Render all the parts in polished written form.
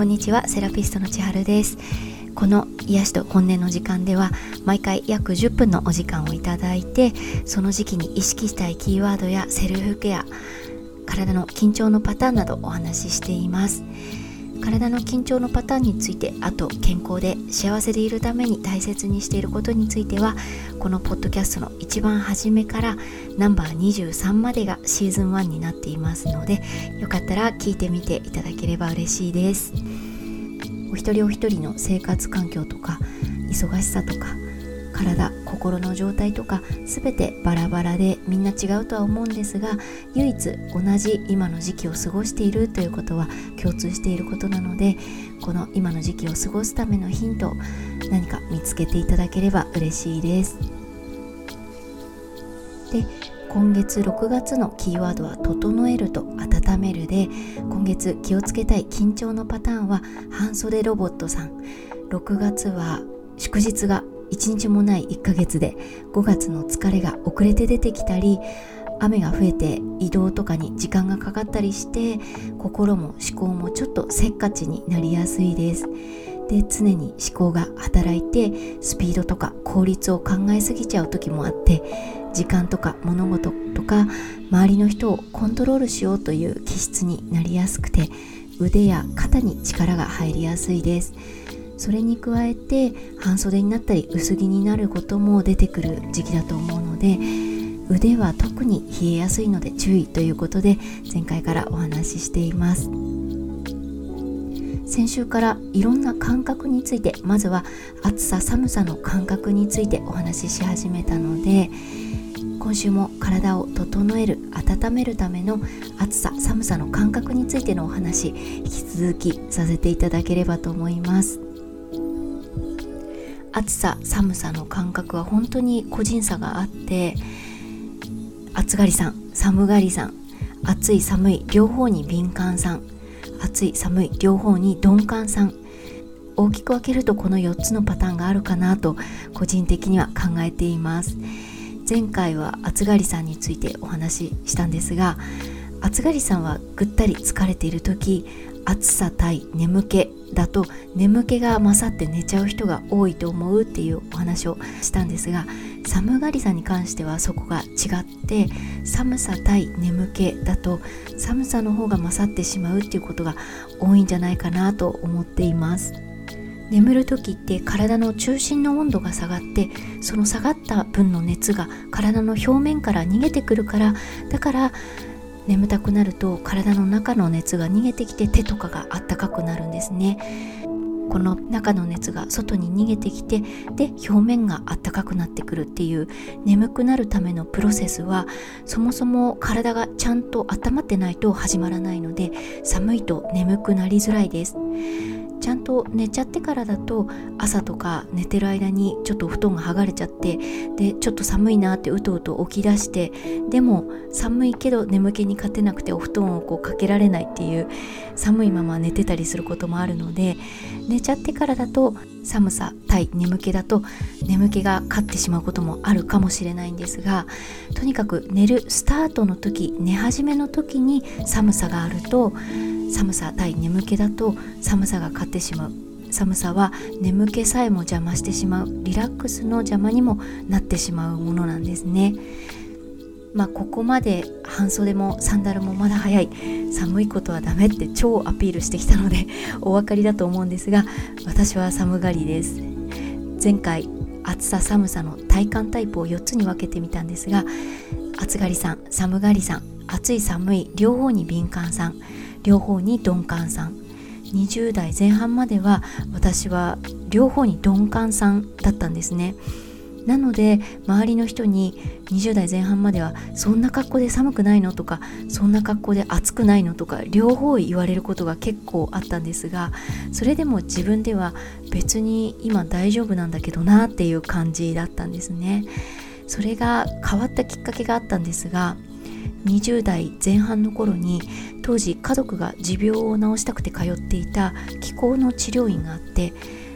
こんにちは、セラピストの千春です。この癒しと本音の時間では毎回約10分のお時間をいただいて、その時期に意識したいキーワードやセルフケア、体の緊張のパターンなどお話ししています。体の緊張のパターンについて、あと健康で幸せでいるために大切にしていることについては、このポッドキャストの一番初めからナンバー23までがシーズン1になっていますので、よかったら聞いてみていただければ嬉しいです。お一人お一人の生活環境とか忙しさとか体、心の状態とか全てバラバラでみんな違うとは思うんですが、唯一同じ今の時期を過ごしているということは共通していることなので、この今の時期を過ごすためのヒントを何か見つけていただければ嬉しいです。で、今月6月のキーワードは整えると温めるで、今月気をつけたい緊張のパターンは半袖ロボットさん。6月は祝日が1日もない1ヶ月で、5月の疲れが遅れて出てきたり、雨が増えて移動とかに時間がかかったりして、心も思考もちょっとせっかちになりやすいです。で、常に思考が働いてスピードとか効率を考えすぎちゃう時もあって、時間とか物事とか周りの人をコントロールしようという気質になりやすくて、腕や肩に力が入りやすいです。それに加えて半袖になったり薄着になることも出てくる時期だと思うので、腕は特に冷えやすいので注意ということで、前回からお話ししています。先週からいろんな感覚について、まずは暑さ寒さの感覚についてお話しし始めたので、今週も体を整える、温めるための暑さ寒さの感覚についてのお話、引き続きさせていただければと思います。暑さ寒さの感覚は本当に個人差があって、暑がりさん、寒がりさん、暑い寒い両方に敏感さん、暑い寒い両方に鈍感さん、大きく分けるとこの4つのパターンがあるかなと個人的には考えています。前回は暑がりさんについてお話ししたんですが、暑がりさんはぐったり疲れている時、暑さ対眠気だと眠気が勝って寝ちゃう人が多いと思うっていうお話をしたんですが、寒がりさんに関してはそこが違って、寒さ対眠気だと寒さの方が勝ってしまうっていうことが多いんじゃないかなと思っています。眠る時って体の中心の温度が下がって、その下がった分の熱が体の表面から逃げてくるから、だから眠たくなると体の中の熱が逃げてきて手とかがあったかくなるんですね。この中の熱が外に逃げてきて、で表面があったかくなってくるっていう眠くなるためのプロセスは、そもそも体がちゃんと温まってないと始まらないので、寒いと眠くなりづらいです。ちゃんと寝ちゃってからだと、朝とか寝てる間にちょっとお布団が剥がれちゃって、でちょっと寒いなってうとうと起き出して、でも寒いけど眠気に勝てなくてお布団をかけられないっていう、寒いまま寝てたりすることもあるので、寝ちゃってからだと寒さ対眠気だと眠気が勝ってしまうこともあるかもしれないんですが、とにかく寝るスタートの時、寝始めの時に寒さがあると、寒さ対眠気だと寒さが勝ってしまう。寒さは眠気さえも邪魔してしまう、リラックスの邪魔にもなってしまうものなんですね。ここまで半袖もサンダルもまだ早い、寒いことはダメって超アピールしてきたのでお分かりだと思うんですが、私は寒がりです。前回暑さ寒さの体感タイプを4つに分けてみたんですが、暑がりさん、寒がりさん、暑い寒い両方に敏感さん、両方に鈍感さん。20代前半までは私は両方に鈍感さんだったんですね。なので周りの人に20代前半まではそんな格好で寒くないのとか、そんな格好で暑くないのとか、両方言われることが結構あったんですが、それでも自分では別に今大丈夫なんだけどなっていう感じだったんですね。それが変わったきっかけがあったんですが、20代前半の頃に当時家族が持病を治したくて通っていた気功の治療院があって、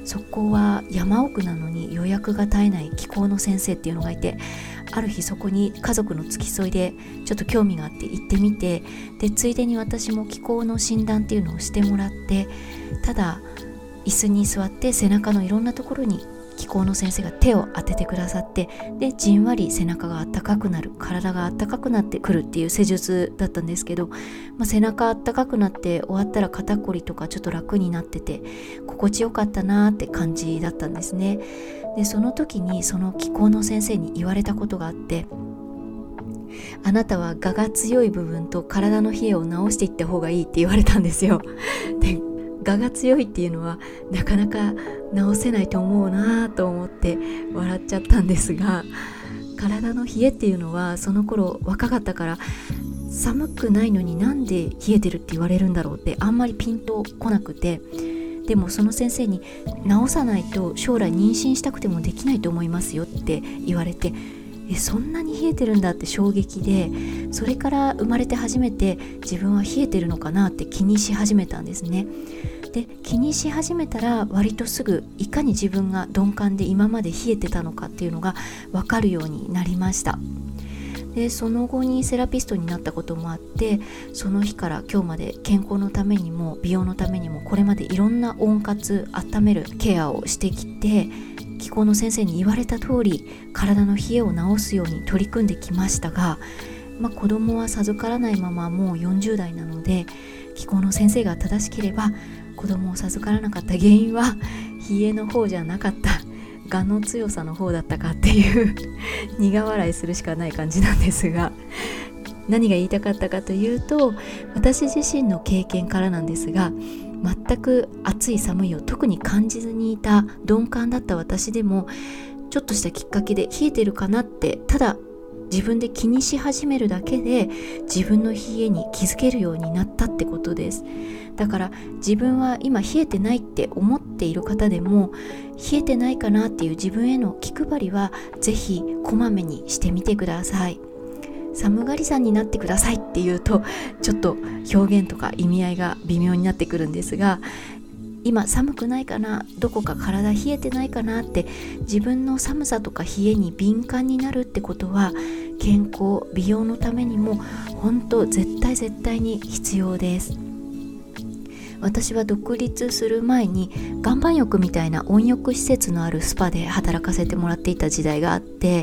そこは山奥なのに予約が絶えない気功の先生っていうのがいて、ある日そこに家族の付き添いでちょっと興味があって行ってみて、でついでに私も気功の診断っていうのをしてもらって、ただ椅子に座って背中のいろんなところに気功の先生が手を当ててくださって、でじんわり背中があったかくなる、体があったかくなってくるっていう施術だったんですけど、背中あったかくなって終わったら肩こりとかちょっと楽になってて心地よかったなって感じだったんですね。でその時にその気功の先生に言われたことがあって、あなたは我が強い部分と体の冷えを治していった方がいいって言われたんですよ。で我が強いっていうのはなかなか治せないと思うなと思って笑っちゃったんですが、体の冷えっていうのはその頃若かったから、寒くないのになんで冷えてるって言われるんだろうってあんまりピンとこなくて、でもその先生に治さないと将来妊娠したくてもできないと思いますよって言われて、そんなに冷えてるんだって衝撃で、それから生まれて初めて自分は冷えてるのかなって気にし始めたんですね。で気にし始めたら割とすぐいかに自分が鈍感で今まで冷えてたのかっていうのが分かるようになりました。でその後にセラピストになったこともあって、その日から今日まで健康のためにも美容のためにもこれまでいろんな温活温めるケアをしてきて、気功の先生に言われた通り体の冷えを治すように取り組んできましたが、子供は授からないままもう40代なので、気功の先生が正しければ子供を授からなかった原因は冷えの方じゃなかった、我の強さの方だったかっていう苦笑いするしかない感じなんですが、何が言いたかったかというと、私自身の経験からなんですが、全く暑い寒いを特に感じずにいた鈍感だった私でも、ちょっとしたきっかけで冷えてるかなってただ自分で気にし始めるだけで自分の冷えに気づけるようになったってことです。だから自分は今冷えてないって思っている方でも、冷えてないかなっていう自分への気配りはぜひこまめにしてみてください。寒がりさんになってくださいっていうとちょっと表現とか意味合いが微妙になってくるんですが、今寒くないかな、どこか体冷えてないかなって自分の寒さとか冷えに敏感になるってことは、健康美容のためにも本当絶対に必要です。私は独立する前に岩盤浴みたいな温浴施設のあるスパで働かせてもらっていた時代があって、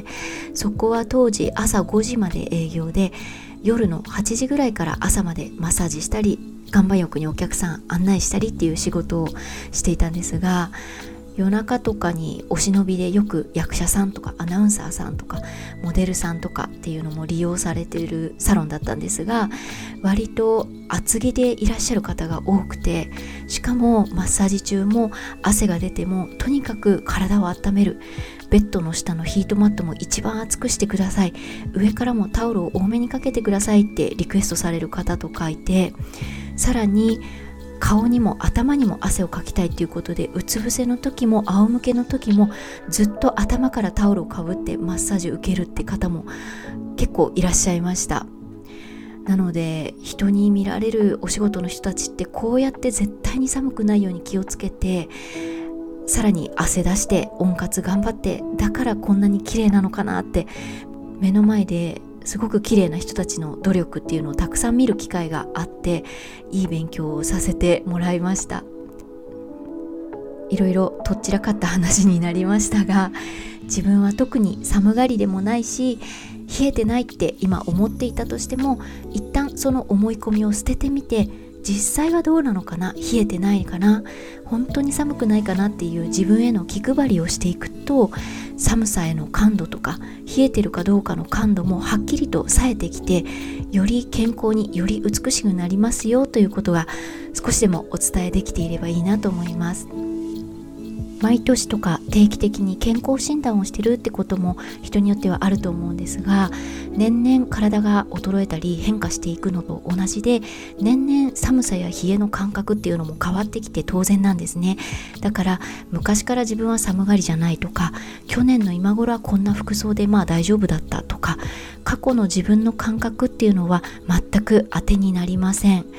そこは当時朝5時まで営業で、夜の8時ぐらいから朝までマッサージしたり岩盤浴にお客さん案内したりっていう仕事をしていたんですが、夜中とかにお忍びでよく役者さんとかアナウンサーさんとかモデルさんとかっていうのも利用されているサロンだったんですが、割と厚着でいらっしゃる方が多くて、しかもマッサージ中も汗が出てもとにかく体を温める、ベッドの下のヒートマットも一番熱くしてください、上からもタオルを多めにかけてくださいってリクエストされる方とかいて、さらに顔にも頭にも汗をかきたいということで、うつ伏せの時も仰向けの時もずっと頭からタオルをかぶってマッサージを受けるって方も結構いらっしゃいました。なので人に見られるお仕事の人たちってこうやって絶対に寒くないように気をつけて、さらに汗出して温活頑張って、だからこんなに綺麗なのかなって目の前ですごく綺麗な人たちの努力っていうのをたくさん見る機会があって、いい勉強をさせてもらいました。いろいろとっちらかった話になりましたが、自分は特に寒がりでもないし冷えてないって今思っていたとしても、一旦その思い込みを捨ててみて、実際はどうなのかな、冷えてないかな、本当に寒くないかなっていう自分への気配りをしていくと、寒さへの感度とか冷えてるかどうかの感度もはっきりと冴えてきて、より健康により美しくなりますよということが少しでもお伝えできていればいいなと思います。毎年とか定期的に健康診断をしてるってことも人によってはあると思うんですが、年々体が衰えたり変化していくのと同じで、年々寒さや冷えの感覚っていうのも変わってきて当然なんですね。だから昔から自分は寒がりじゃないとか、去年の今頃はこんな服装で大丈夫だったとか、過去の自分の感覚っていうのは全く当てになりません。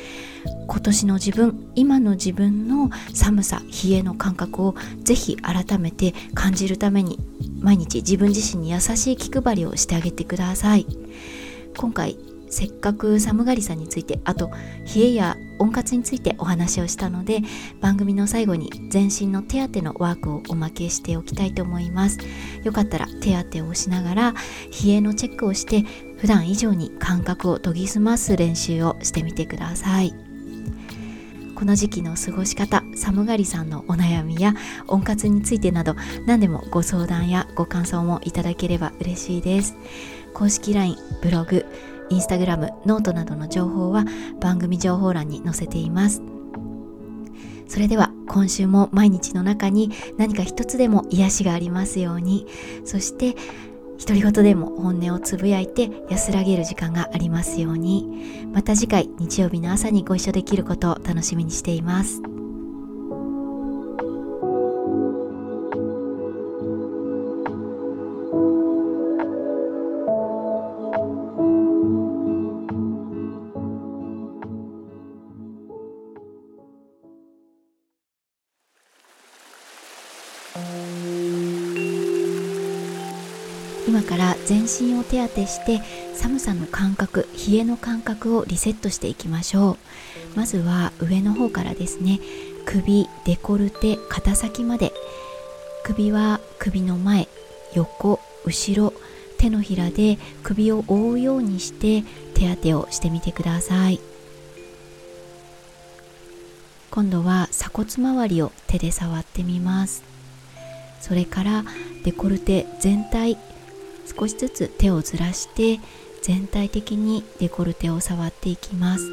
今年の自分、今の自分の寒さ、冷えの感覚をぜひ改めて感じるために、毎日自分自身に優しい気配りをしてあげてください。今回せっかく寒がりさんについて、あと冷えや温活についてお話をしたので、番組の最後に全身の手当てのワークをおまけしておきたいと思います。よかったら手当てをしながら冷えのチェックをして、普段以上に感覚を研ぎ澄ます練習をしてみてください。この時期の過ごし方、寒がりさんのお悩みや温活についてなど、何でもご相談やご感想もいただければ嬉しいです。公式 LINE、ブログ、インスタグラム、ノートなどの情報は番組情報欄に載せています。それでは今週も毎日の中に何か一つでも癒しがありますように、そして独り言でも本音をつぶやいて安らげる時間がありますように。また次回日曜日の朝にご一緒できることを楽しみにしています。今から全身を手当てして寒さの感覚、冷えの感覚をリセットしていきましょう。まずは上の方からですね。首、デコルテ、肩先まで。首は首の前、横、後ろ、手のひらで首を覆うようにして手当てをしてみてください。今度は鎖骨周りを手で触ってみます。それからデコルテ全体、少しずつ手をずらして全体的にデコルテを触っていきます。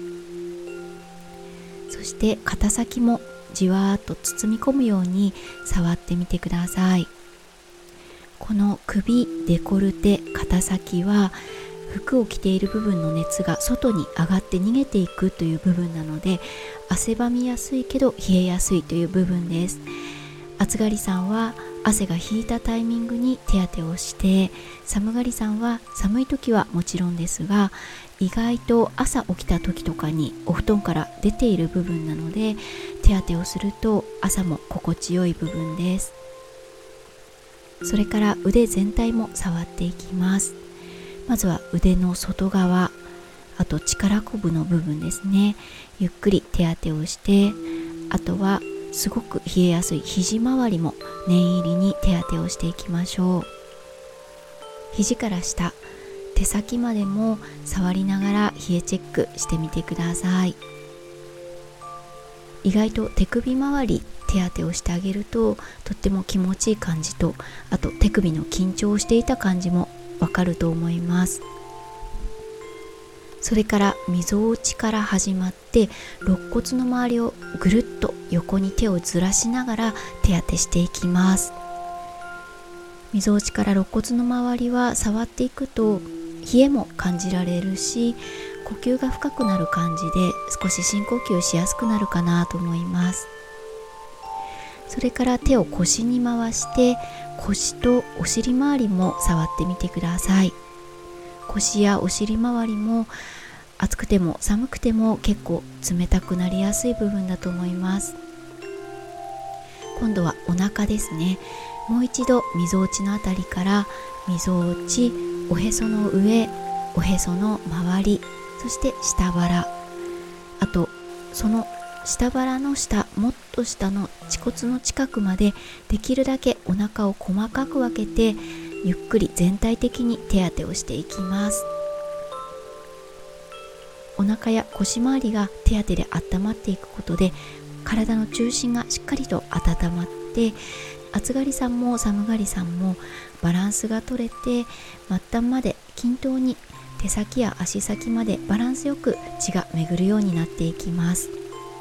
そして肩先もじわーっと包み込むように触ってみてください。この首、デコルテ、肩先は服を着ている部分の熱が外に上がって逃げていくという部分なので、汗ばみやすいけど冷えやすいという部分です。暑がりさんは汗が引いたタイミングに手当てをして、寒がりさんは寒い時はもちろんですが、意外と朝起きた時とかにお布団から出ている部分なので、手当てをすると朝も心地よい部分です。それから腕全体も触っていきます。まずは腕の外側、あと力こぶの部分ですね。ゆっくり手当てをして、あとはすごく冷えやすい肘周りも念入りに手当てをしていきましょう。肘から下、手先までも触りながら冷えチェックしてみてください。意外と手首周り手当てをしてあげるととっても気持ちいい感じと、あと手首の緊張していた感じもわかると思います。それからみぞおちから始まって肋骨の周りをぐるっと横に手をずらしながら手当てしていきます。みぞおちから肋骨の周りは触っていくと冷えも感じられるし、呼吸が深くなる感じで少し深呼吸しやすくなるかなと思います。それから手を腰に回して腰とお尻周りも触ってみてください。腰やお尻周りも暑くても寒くても結構冷たくなりやすい部分だと思います。今度はお腹ですね。もう一度みぞおちのあたりからみぞおち、おへその上、おへその周り、そして下腹、あとその下腹の下、もっと下の恥骨の近くまでできるだけお腹を細かく分けてゆっくり全体的に手当てをしていきます。お腹や腰周りが手当てで温まっていくことで体の中心がしっかりと温まって、暑がりさんも寒がりさんもバランスが取れて末端まで均等に手先や足先までバランスよく血が巡るようになっていきます。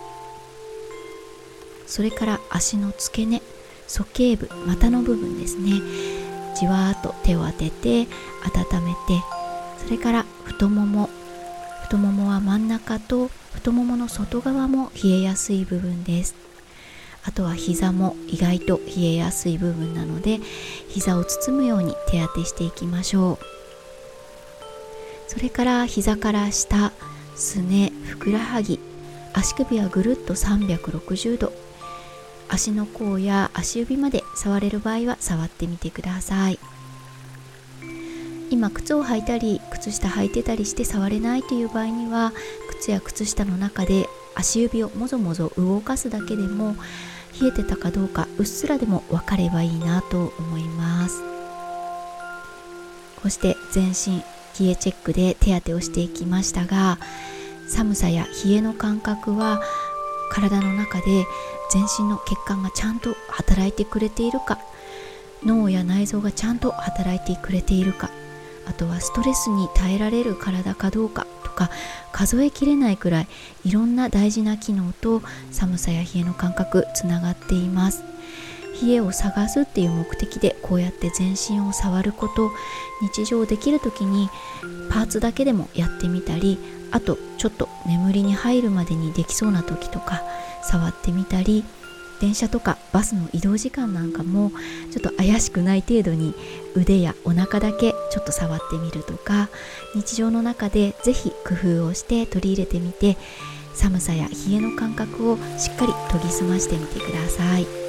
それから足の付け根、鼠径部、股の部分ですね。じわーっと手を当てて温めて、それから太ももは真ん中と太ももの外側も冷えやすい部分です。あとは膝も意外と冷えやすい部分なので、膝を包むように手当てしていきましょう。それから膝から下、すね、ふくらはぎ、 足首はぐるっと360度、足の甲や足指まで触れる場合は触ってみてください。今靴を履いたり靴下履いてたりして触れないという場合には、靴や靴下の中で足指をもぞもぞ動かすだけでも冷えてたかどうかうっすらでも分かればいいなと思います。こうして全身冷えチェックで手当てをしていきましたが、寒さや冷えの感覚は体の中で全身の血管がちゃんと働いてくれているか、脳や内臓がちゃんと働いてくれているか、あとはストレスに耐えられる体かどうかとか、数えきれないくらいいろんな大事な機能と寒さや冷えの感覚つながっています。冷えを探すっていう目的でこうやって全身を触ること、日常できる時にパーツだけでもやってみたり、あとちょっと眠りに入るまでにできそうな時とか触ってみたり、電車とかバスの移動時間なんかもちょっと怪しくない程度に腕やお腹だけちょっと触ってみるとか、日常の中でぜひ工夫をして取り入れてみて、寒さや冷えの感覚をしっかり研ぎ澄ましてみてください。